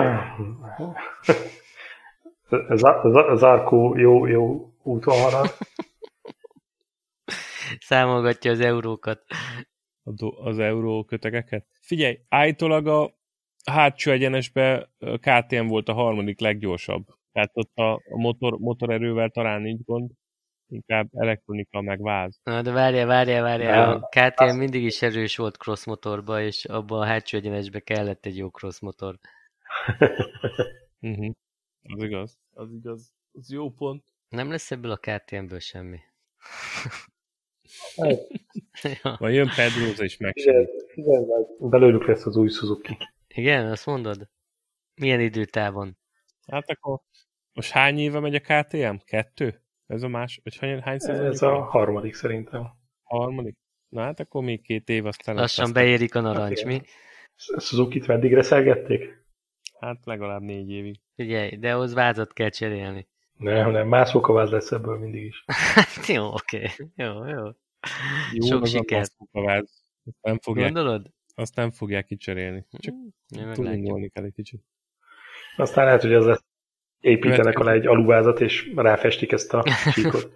Az az Arco jó, jó úton halad. Számolgatja az eurókat. A do, az euró kötegeket. Figyelj, állítólag a hátsó egyenesben ká té em volt a harmadik leggyorsabb. Tehát ott a, a motor, motorerővel talán nincs gond, inkább elektronika meg váz. Na, de várjál, várjál, várjál. De- A ká té em mindig is erős volt cross motorba, és abban a hátsó egyenesbe kellett egy jó cross motor. Uh-huh. Az igaz. Az igaz. Az jó pont. Nem lesz ebből a ká té emből semmi. Hát, Ja. Majd jön Pedroza és meg. figyelj, figyelj meg, belőlük lesz az új Suzuki. Igen, azt mondod? Milyen időtávon? Hát akkor most hány éve megy a ká té em? Kettő? Ez a más? Vagy hány, hány szezon? Ez a harmadik szerintem. harmadik? Na hát akkor még két év, aztán... Lassan aztán- beérik a narancs, Hát mi? igen. Suzukit meddig reszelgették? Hát legalább négy évig. Figyelj, de ahhoz vázat kell cserélni. Nem, nem, mászókaváz lesz ebből mindig is. Hát jó, oké. Jó, jó. Jó, Sok az sikert. A váz. Azt nem fogják, Gondolod? azt nem fogják kicserélni. Csak Ja, meglátjuk. tuningolni kell egy kicsit. Aztán lehet, hogy az lesz. Építenek alá egy aluvázat, és ráfestik ezt a csíkot.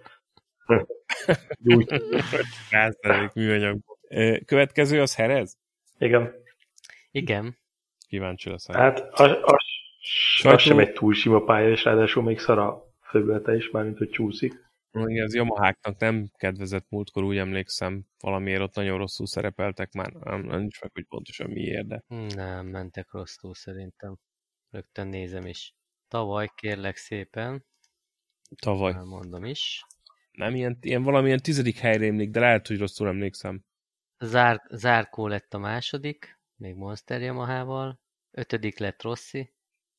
Úgy. Rászerelik műanyagból. Ö, Következő az Herez? Igen. Igen. Kíváncsi leszek. Hát az, az, Sajtó- az sem egy túl sima pálya, és ráadásul még szar a felülete is, mármint, hogy csúszik. Igen, az Yamaháknak nem kedvezett múltkor, úgy emlékszem, valamiért ott nagyon rosszul szerepeltek már. Nem, nem nincs meg, hogy pontosan miért, de Nem mentek rosszul szerintem. Rögtön nézem is. Tavaly kérlek szépen, tavaly. elmondom is. Nem, ilyen, ilyen valamilyen tizedik helyre émlik, de lehet, hogy rosszul emlékszem. Zár, Zárkó lett a második, még Monster Yamahával. Ötödik lett Rossi,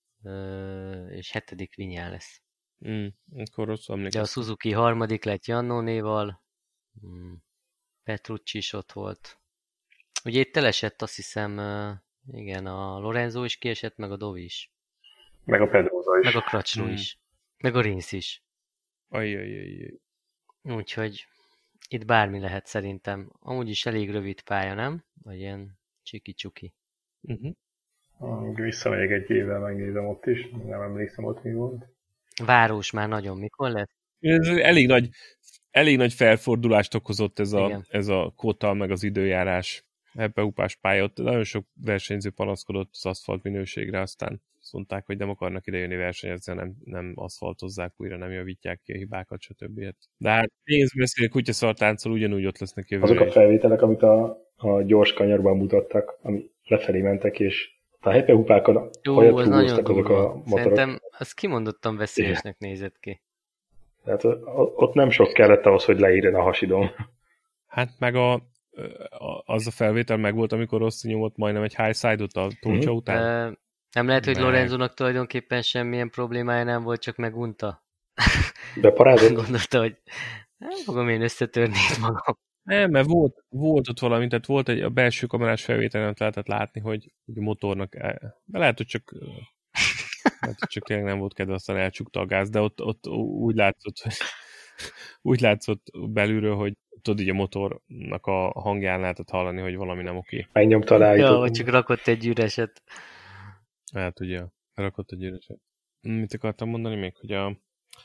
ö, és hetedik Vinyá lesz. Mm, akkor rosszul De a emlékszem. Suzuki harmadik lett Jannonéval, mm, Petrucci is ott volt. Ugye itt elesett, azt hiszem, ö, igen, a Lorenzo is kiesett, meg a Dovi is. Meg a Pedroza is. Meg a Crutchlow Hmm. is. Meg a Rins is. Ajjajjaj. Úgyhogy itt bármi lehet szerintem. Amúgy is elég rövid pálya, nem? Vagy ilyen csiki-csuki. Uh-huh. Ah, visszamegyek egy évvel, megnézem ott is. Nem emlékszem ott mi volt. Város már nagyon mikor lesz? Ez elég nagy, elég nagy felfordulást okozott ez a, Igen. ez a kóta, meg az időjárás. Ebbe upás pálya. Ott nagyon sok versenyző panaszkodott az aszfalt minőségre, aztán azt mondták, hogy nem akarnak idejönni versenyezni, nem, nem aszfaltozzák újra, nem javítják ki a hibákat, stb. De hát pénzbeszél, kutyaszartáncol ugyanúgy ott lesznek jövőre Azok a is. felvételek, amit a, a gyors kanyarban mutattak, ami lefelé mentek, és a hepehupákon Jó, olyat az nagyon rúgoztak azok durva. a motorok. Szerintem az kimondottan veszélyesnek nézett ki. Tehát o- ott nem sok kellett ahhoz, hogy leírjon a hasidon. Hát meg a, a, az a felvétel meg volt, amikor Rossi nyomott majdnem egy high side-ot a tócsa Mhm. után. Ö, nem lehet, hogy Meg. Lorenzónak tulajdonképpen semmilyen problémája nem volt, csak megunta. Beparázott? Gondolta, hogy nem fogom én összetörni itt magam. Nem, mert volt, volt ott valami, tehát volt egy a belső kamerás felvételen, lehetett látni, hogy, hogy a motornak, el, de lehet, hogy csak lehet, hogy csak tényleg nem volt kedve, aztán elcsukta a gáz, de ott, ott úgy látszott, hogy úgy látszott belülről, hogy tudod, így a motornak a hangján lehetett hallani, hogy valami nem oké. Megnyomta a Ja, rájutót. vagy csak rakott egy üreset. Hát ugye, rakott egy üreset. Mit akartam mondani még, hogy a...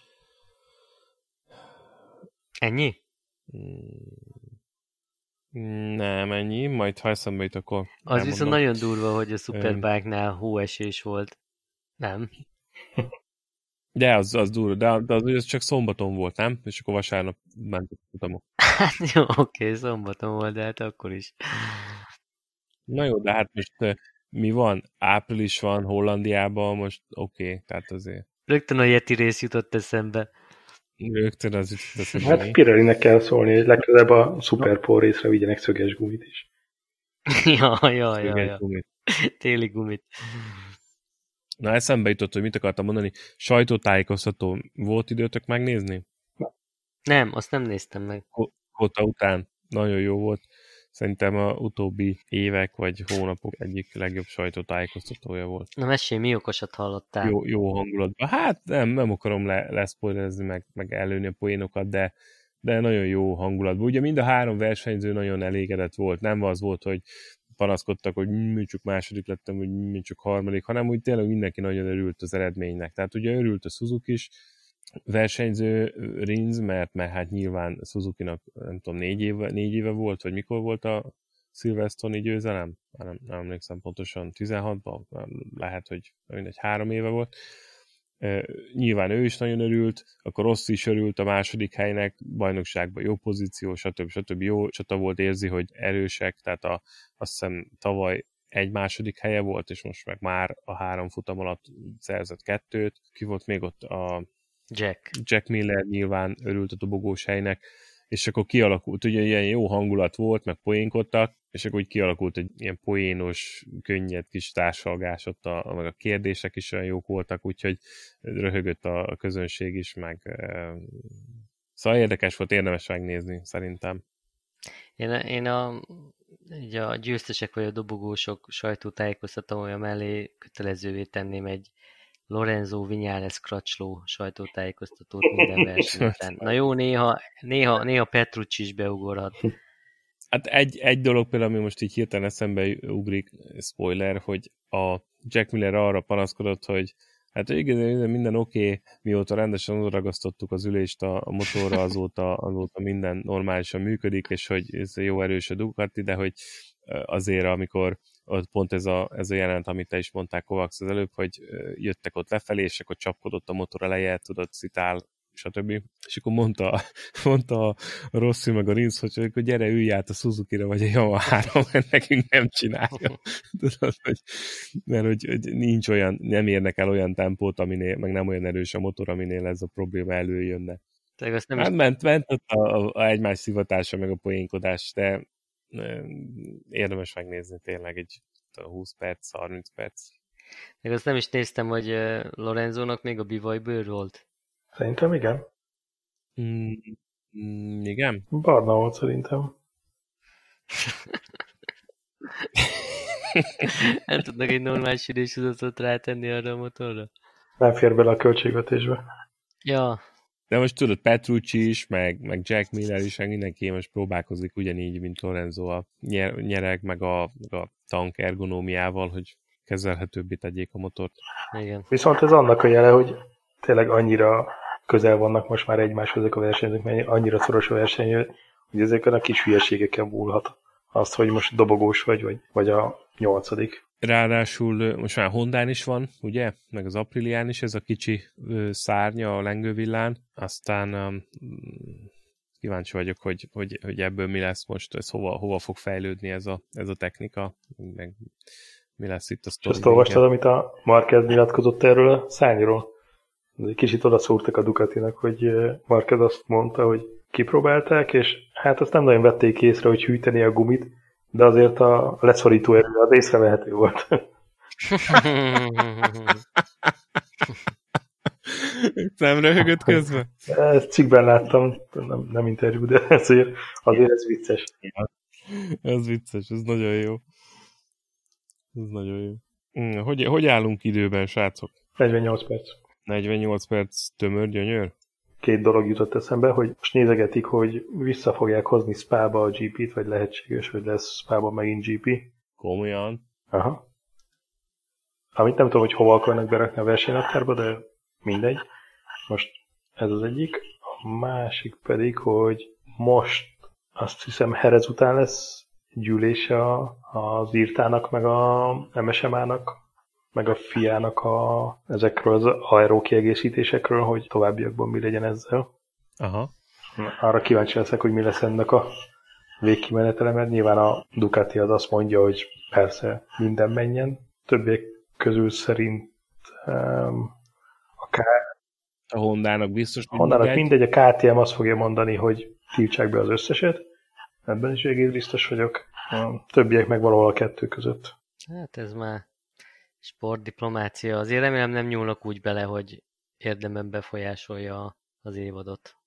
Ennyi? Nem, ennyi, majd ha eszembe jut, akkor Az elmondom. viszont nagyon durva, hogy a Superbike-nál hóesés volt. Nem? De az, az durva, de, de az, az csak szombaton volt, nem? És akkor vasárnap mentek utamok. Hát jó, oké, szombaton volt, de hát akkor is. Na jó, de hát most eh, mi van? Április van Hollandiában, most oké, okay, tehát azért Rögtön a Yeti rész jutott eszembe. rögtön az is teszem. Hát Pirellinek kell szólni, hogy legközelebb a Superpole részre vigyenek szöges gumit is. ja, ja, ja, ja. Gumit. Téli gumit. Na eszembe jutott, hogy mit akartam mondani. Sajtótájékoztató. Volt időtök megnézni? Nem, azt nem néztem meg. Ko- Dakota után nagyon jó volt. Szerintem a utóbbi évek vagy hónapok egyik legjobb sajtótájékoztatója volt. Na mesélj, mi okosat hallottál? Jó, jó hangulatban. Hát nem, nem akarom le, leszpoilerezni, meg, meg előni a poénokat, de, de nagyon jó hangulatban. Ugye mind a három versenyző nagyon elégedett volt. Nem az volt, hogy panaszkodtak, hogy mi csak második lettem, hogy mi csak harmadik, hanem úgy tényleg mindenki nagyon örült az eredménynek. Tehát ugye örült a Suzuki is, versenyző Rins, mert, mert hát nyilván Suzuki-nak nem tudom, négy éve, négy éve volt, vagy mikor volt a Silverstone-i győzelem? Nem, nem emlékszem pontosan, tizenhatban? Lehet, hogy mindegy, három éve volt. E, nyilván ő is nagyon örült, akkor Rossi is örült a második helynek, bajnokságban jó pozíció, stb. stb. Jó csata volt, érzi, hogy erősek, tehát a, azt hiszem tavaly egy második helye volt, és most meg már a három futam alatt szerzett kettőt. Ki volt még ott a Jack. Jack Miller nyilván örült a dobogós helynek, és akkor kialakult, ugye ilyen jó hangulat volt, meg poénkodtak, és akkor úgy kialakult egy ilyen poénos, könnyed kis társalgás ott, a, meg a kérdések is olyan jók voltak, úgyhogy röhögött a közönség is, meg e, szóval érdekes volt, érdemes megnézni, szerintem. Én, én a, így a győztesek vagy a dobogósok sajtótájékoztatója mellé kötelezővé tenném egy Lorenzo Viñales Crutchlow sajtótájékoztatót minden verseny után. Na jó, néha, néha, néha Petrucci is beugorhat. Hát egy, egy dolog például, ami most így hirtelen eszembe ugrik, spoiler, hogy a Jack Miller arra panaszkodott, hogy hát igazán minden oké, okay, mióta rendesen ragasztottuk az ülést a, a motorra, azóta, azóta minden normálisan működik, és hogy ez jó erős a Ducati, de hogy azért, amikor ott pont ez a, ez a jelent, amit te is mondtál, Kovacs, az előbb, hogy jöttek ott lefelé, és akkor csapkodott a motor eleje, tudod, szitál, stb. És akkor mondta, mondta a Rossi meg a Rins, hogy, hogy gyere, ülj át a Suzuki-ra, vagy a Yamaha-ra, mert nekünk nem csinálja. Tudod, hogy, mert hogy, hogy nincs olyan, nem érnek el olyan tempót, aminél, meg nem olyan erős a motor, aminél ez a probléma előjönne. Hát is... ment, ment ott a, a, a egymás szivatása, meg a poénkodás, de érdemes megnézni tényleg egy húsz perc, harminc perc. Meg azt nem is néztem, hogy Lorenzónak még a bivaj bőr volt. Szerintem igen. Mm, mm, igen? Barna volt szerintem. Nem tudnak egy normális üdésüzetet rátenni arra a motorra? Nem fér bele a költségvetésbe. Ja. De most tudod, Petrucci is, meg, meg Jack Miller is, meg mindenki most próbálkozik ugyanígy, mint Lorenzo a nyer, nyereg, meg a, a tank ergonómiával, hogy kezelhetőbbé tegyék a motort. Igen. Viszont ez annak a jele, hogy tényleg annyira közel vannak most már egymáshoz ezek a versenyzők, mert annyira szoros a verseny, hogy ezeken a kis hülyeségeken múlhat azt, hogy most dobogós vagy, vagy, vagy a nyolcadik. Ráadásul most már Hondán is van, ugye? Meg az Aprilián is ez a kicsi szárnya a lengővillán. Aztán um, kíváncsi vagyok, hogy, hogy, hogy ebből mi lesz most, ez hova, hova fog fejlődni ez a, ez a technika, meg mi lesz itt a sztori. És azt olvastad, amit a Marquez nyilatkozott erről a szányról? Egy kicsit oda szúrtak a Ducatinak, hogy Marquez azt mondta, hogy kipróbálták, és hát azt nem nagyon vették észre, hogy hűteni a gumit, de azért a leszorító erő az észrevehető volt. Nem röhögött közben? Ezt cikkben láttam, nem, nem interjú, de azért, azért ez vicces. Ez vicces, ez nagyon jó. Ez nagyon jó. Hogy, hogy állunk időben, srácok? negyvennyolc perc. negyvennyolc perc tömör, gyönyör? Két dolog jutott eszembe, hogy most nézegetik, hogy vissza fogják hozni Spába a gé pét, vagy lehetséges, hogy lesz Spába megint gé pé. Komolyan? Aha. Amit nem tudom, hogy hova akarnak berakni a versenynaptárba, de mindegy. Most ez az egyik. A másik pedig, hogy most azt hiszem Jerez után lesz gyűlése az írtának, meg a em es em á-nak, meg a fiának a, ezekről az aero kiegészítésekről, hogy továbbiakban mi legyen ezzel. Aha. Arra kíváncsi leszek, hogy mi lesz ennek a végkimenetele, mert nyilván a Ducati az azt mondja, hogy persze minden menjen. Többiek közül szerint um, a K... A Hondának biztos A Hondának mindegy, a ká té em azt fogja mondani, hogy tiltsák be az összeset. Ebben is egész biztos vagyok. A többiek meg valahol a kettő között. Hát ez már sportdiplomácia. Azért remélem nem nyúlnak úgy bele, hogy érdemben befolyásolja az évadot.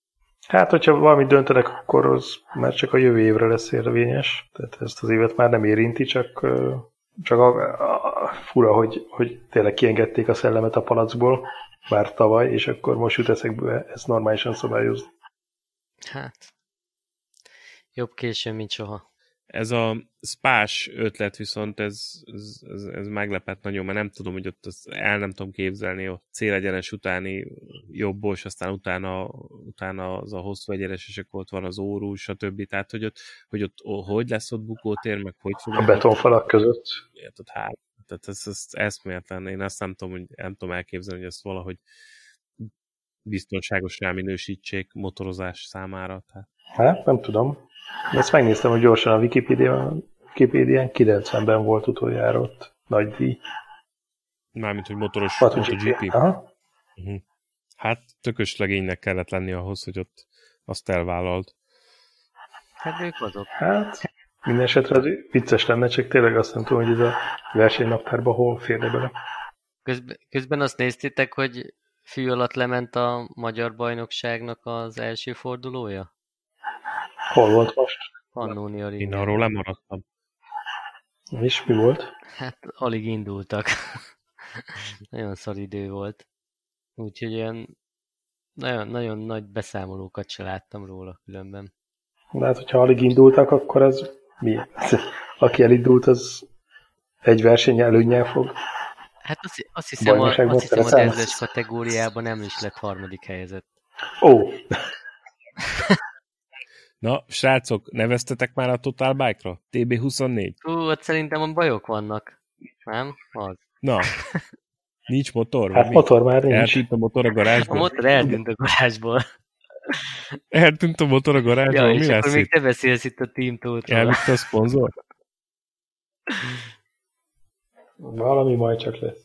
Hát, hogyha valamit döntenek, akkor az már csak a jövő évre lesz érvényes. Tehát ezt az évet már nem érinti, csak, csak a, a, fura, hogy, hogy tényleg kiengedték a szellemet a palackból már tavaly, és akkor most jut eszekbe ezt normálisan szabályozni. Hát, jobb későn, mint soha. Ez a spás ötlet viszont ez, ez, ez, ez meglepett nagyon, mert nem tudom, hogy ott az, el nem tudom képzelni a célegyenes utáni jobbos, aztán utána, utána az a hosszú egyenes, és akkor ott van az órú, stb. Tehát, hogy ott, hogy ott hogy lesz ott bukótér, meg hogy fog... A betonfalak között. Érted, hát, tehát ez, ez eszméletlen. Én ezt nem tudom, hogy nem tudom elképzelni, hogy ezt valahogy biztonságosra minősítsék motorozás számára. Tehát. Hát, nem tudom. Ezt megnéztem, hogy gyorsan a Wikipédián, Wikipédián kilencvenben volt utoljára ott nagy díj. Mármint, hogy motoros MotoGP. Aha. Uh-huh. Hát tökös legénynek kellett lenni ahhoz, hogy ott azt elvállalt. Hát ők azok. Hát, minden esetre az vicces lenne, csak tényleg azt nem tudom, hogy ez a versenynaptárban hol férne bele. Közben, közben azt néztétek, hogy fű alatt lement a magyar bajnokságnak az első fordulója? Hol volt most? Pannónia Én arról lemaradtam. És mi volt? Hát alig indultak. Nagyon szar idő volt. Úgyhogy ilyen nagyon, nagyon nagy beszámolókat se láttam róla különben. De hát, hogyha alig indultak, akkor az mi? Aki elindult, az egy verseny előnnyel fog. Hát azt, azt hiszem, a, azt hiszem a dezles kategóriában nem is lett harmadik helyezett. Ó! Na, srácok, neveztetek már a Total Bike-ra? té bé huszonnégy? Hú, ott szerintem a bajok vannak. Nem? Az. Na, nincs motor? Hát motor már nincs. Eltűnt a motor a garázsból? A motor eltűnt a garázsból. Eltűnt a motor a garázsból? Ja, Mi és lesz akkor még itt? te beszélsz itt a Team Total-ról. Elvitte a szponzor? Valami majd csak lesz.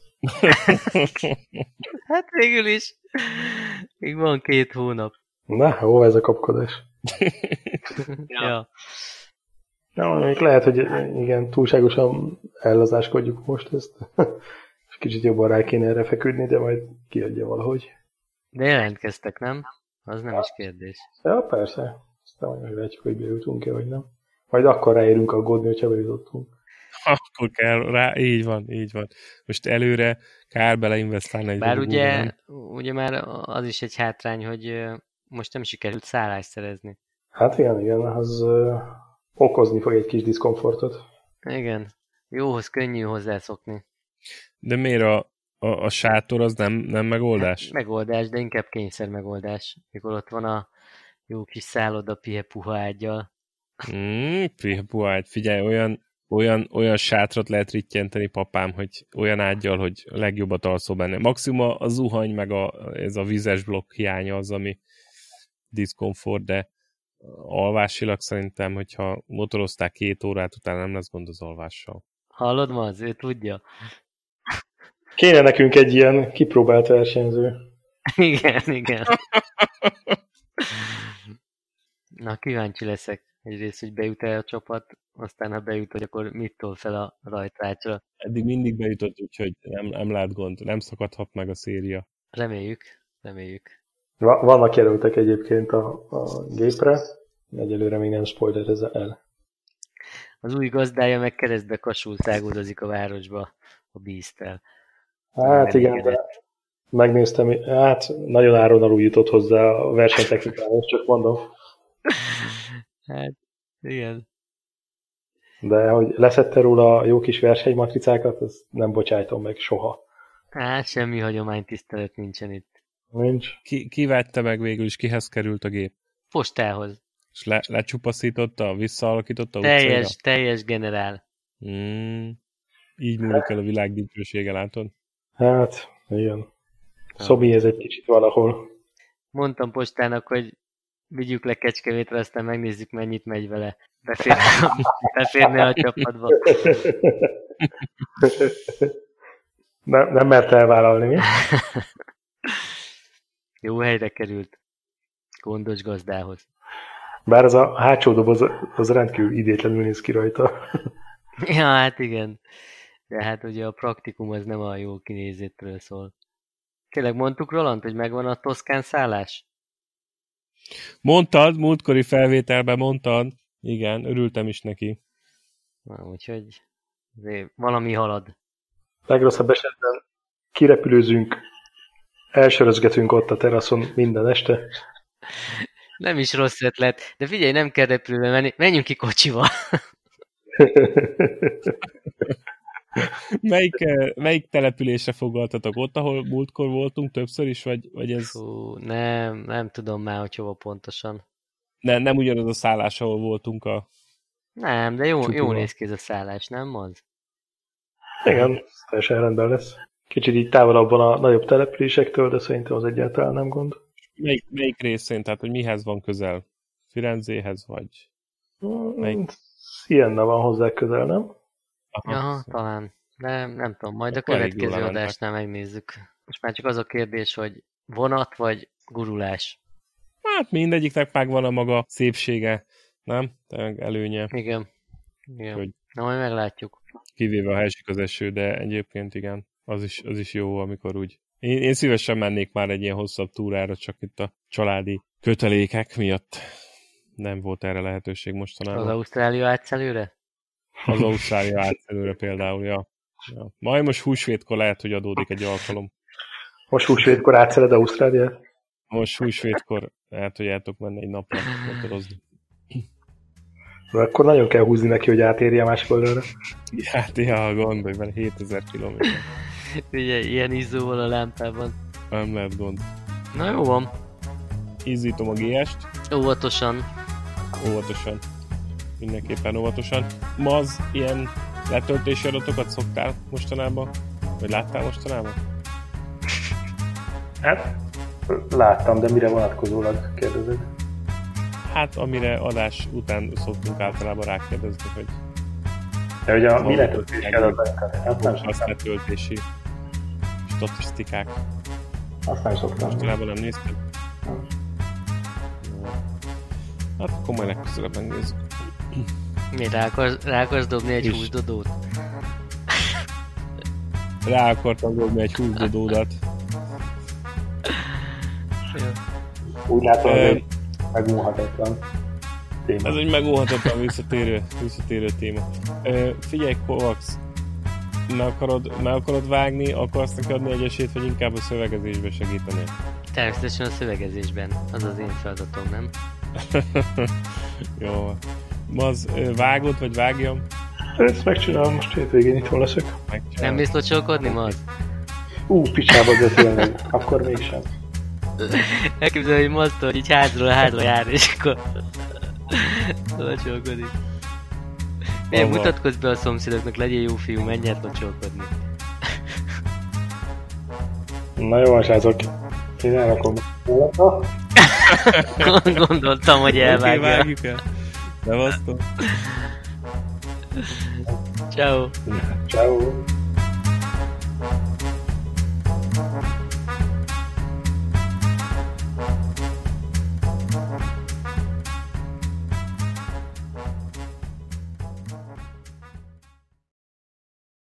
Hát végül is. Még van két hónap. Na, hol ez a kapkodás? Ja. Na, még lehet, hogy igen, túlságosan ellazáskodjuk most ezt. És kicsit jobban rá kéne erre feküdni, de majd kiadja valahogy. De jelentkeztek, nem? Az nem is kérdés. Ja, persze. Aztán majd meglátjuk, hogy bejutunk-e, vagy nem. Majd akkor ráérünk aggódni, hogyha bejutottunk. Akkor kell rá, így van, így van. Most előre kár beleinvestálni egy Bár dologba, ugye, nem? ugye már az is egy hátrány, hogy most nem sikerült szállást szerezni. Hát igen, igen, az uh, okozni fog egy kis diszkomfortot. Igen. Jóhoz könnyű hozzászokni. De miért a, a, a sátor az nem, nem megoldás? Hát, megoldás, de inkább kényszer megoldás. Mikor ott van a jó kis szálloda pihe puha ággyal. Mm, pihe puha, figyelj, olyan, olyan, olyan sátrat lehet rittyenteni, papám, hogy olyan ággyal, hogy a legjobbat alszol benne. Maximum a zuhany, meg a, ez a vizes blokk hiánya az, ami diszkomfort, de alvásilag szerintem, hogyha motorozták két órát, utána nem lesz gond az alvással. Hallod ma? Az ő tudja. Kéne nekünk egy ilyen kipróbált versenyző. Igen, igen. Na, kíváncsi leszek. Egyrészt, hogy bejut el a csapat, aztán ha bejut, hogy akkor mit tol fel a rajtrácsra. Eddig mindig bejutott, úgyhogy nem, nem lát gond, nem szakadhat meg a széria. Reméljük, reméljük. Vannak jelöltek egyébként a, a gépre, egyelőre még nem spoilerezze el. Az új gazdája meg keresztbe kasul száguldozik a városba a Beast-tel. Hát igen, de megnéztem, hát nagyon áron alul jutott hozzá a versenytechnikához, csak mondom. Hát, igen. De hogy leszette róla a jó kis versenymatricákat, azt nem bocsájtom meg soha. Hát, semmi hagyománytisztelet nincsen itt. Nincs. Ki, ki vette meg végül, és kihez került a gép? Postához. És le, lecsupaszította, visszaalakította Teljes, utcaira? teljes generál. Mm, így múlik el a világ dicsősége, látod? Hát, igen. Szobi ez egy kicsit valahol. Mondtam postának, hogy vigyük le Kecskemétre, aztán megnézzük, mennyit megy vele. Beférne, beférne a csapatba. Nem, nem mert elvállalni, mi? Jó helyre került. Gondos gazdához. Bár az a hátsó doboz az rendkívül idétlenül néz ki rajta. Ja, hát igen. De hát ugye a praktikum az nem a jó kinézétről szól. Tényleg mondtuk, Roland, hogy megvan a toszkán szállás? Mondtad, múltkori felvételben mondtad. Igen, örültem is neki. Na, úgyhogy valami halad. Legrosszabb esetben kirepülőzünk, elsörözgetünk ott a teraszon minden este. Nem is rossz ötlet, de figyelj, nem kell repülőbe menni, menjünk ki kocsival. melyik, melyik településre foglaltatok? Ott, ahol múltkor voltunk többször is, vagy, vagy ez... Fú, nem, nem tudom már, hogy hova pontosan. Ne, nem ugyanaz a szállás, ahol voltunk a... Nem, de jó, Csupival. jó néz ki ez a szállás, nem az? Igen, teljesen rendben lesz. Kicsit így távolabb van a nagyobb településektől, de szerintem az egyáltalán nem gond. Melyik, melyik részén, tehát hogy mihez van közel? Firenzéhez, vagy... Melyik? Sienna van hozzá közel, nem? Aha. Aha, talán. De nem tudom, majd a Akkor elég következő jól lementek. adásnál megnézzük. Most már csak az a kérdés, hogy vonat vagy gurulás. Hát mindegyiknek megvan a maga szépsége, nem? Tehát előnye, Igen. Igen. Hogy- Na, majd meglátjuk. kivéve ha esik az eső, de egyébként igen, az is, az is jó, amikor úgy... Én, én szívesen mennék már egy ilyen hosszabb túrára, csak itt a családi kötelékek miatt nem volt erre lehetőség mostanában. Az Ausztrália átszelőre? Az Ausztrália átszelőre például, ja. ja. Majd most húsvétkor lehet, hogy adódik egy alkalom. Most húsvétkor átszered Ausztráliát? Most húsvétkor lehet, hogy el tudok menni egy napra motorozni. De akkor nagyon kell húzni neki, hogy átérje a másik oldalra. Hát, ja, gondolj, mert hétezer kilométer. Ugye, ilyen izzóval a lámpában. Nem lehet gond. Na jó van. Izzítom a gé est, Óvatosan. óvatosan. Mindenképpen óvatosan. Maz, ilyen letöltési adatokat szoktál mostanában? Vagy láttál mostanában? Hát, láttam, de mire vonatkozólag kérdezed? Hát, amire adás után szoktunk általában rákérdezni, hogy De hogy a mi Valóban letöltési egy- adatainkat, azt nem azt szoktam. letöltési statisztikák. Azt nem szoktam. Mostanában nem nézted? Nem. Jó. Hát akkor majd legközelebb megnézzük. Mi, rá akarsz, rá akarsz dobni egy És- húsdodót? Rá akartam dobni egy húsdodódat. Úgy látom, Ö, hogy megmúlhatatlan téma. Ez egy megóhatatlan visszatérő, visszatérő téma. Ö, figyelj, Kovacs, meg akarod, meg akarod vágni, akarsz neki adni egy esélyt, vagy inkább a szövegezésbe segíteni? Természetesen a szövegezésben. Az az én feladatom, nem? Jó. Maz, ö, vágod, vagy vágjam? Ezt megcsinálom, most hétvégén itthon leszek. Nem Megcsinálom. mész locsolkodni, Maz? Ú, picsába, de tényleg. Akkor mégsem. Elképzelem, hogy Maztól így házról házra jár, és akkor locsolkodik. Miért Hova? mutatkozz be a szomszédoknak, legyél jó fiú, menj át locsolkodni. Na jó, srácok. Én elrakom. Gondoltam, hogy Oké, elvágja. vágjuk el. Szevasztok. Ciao. Ciao.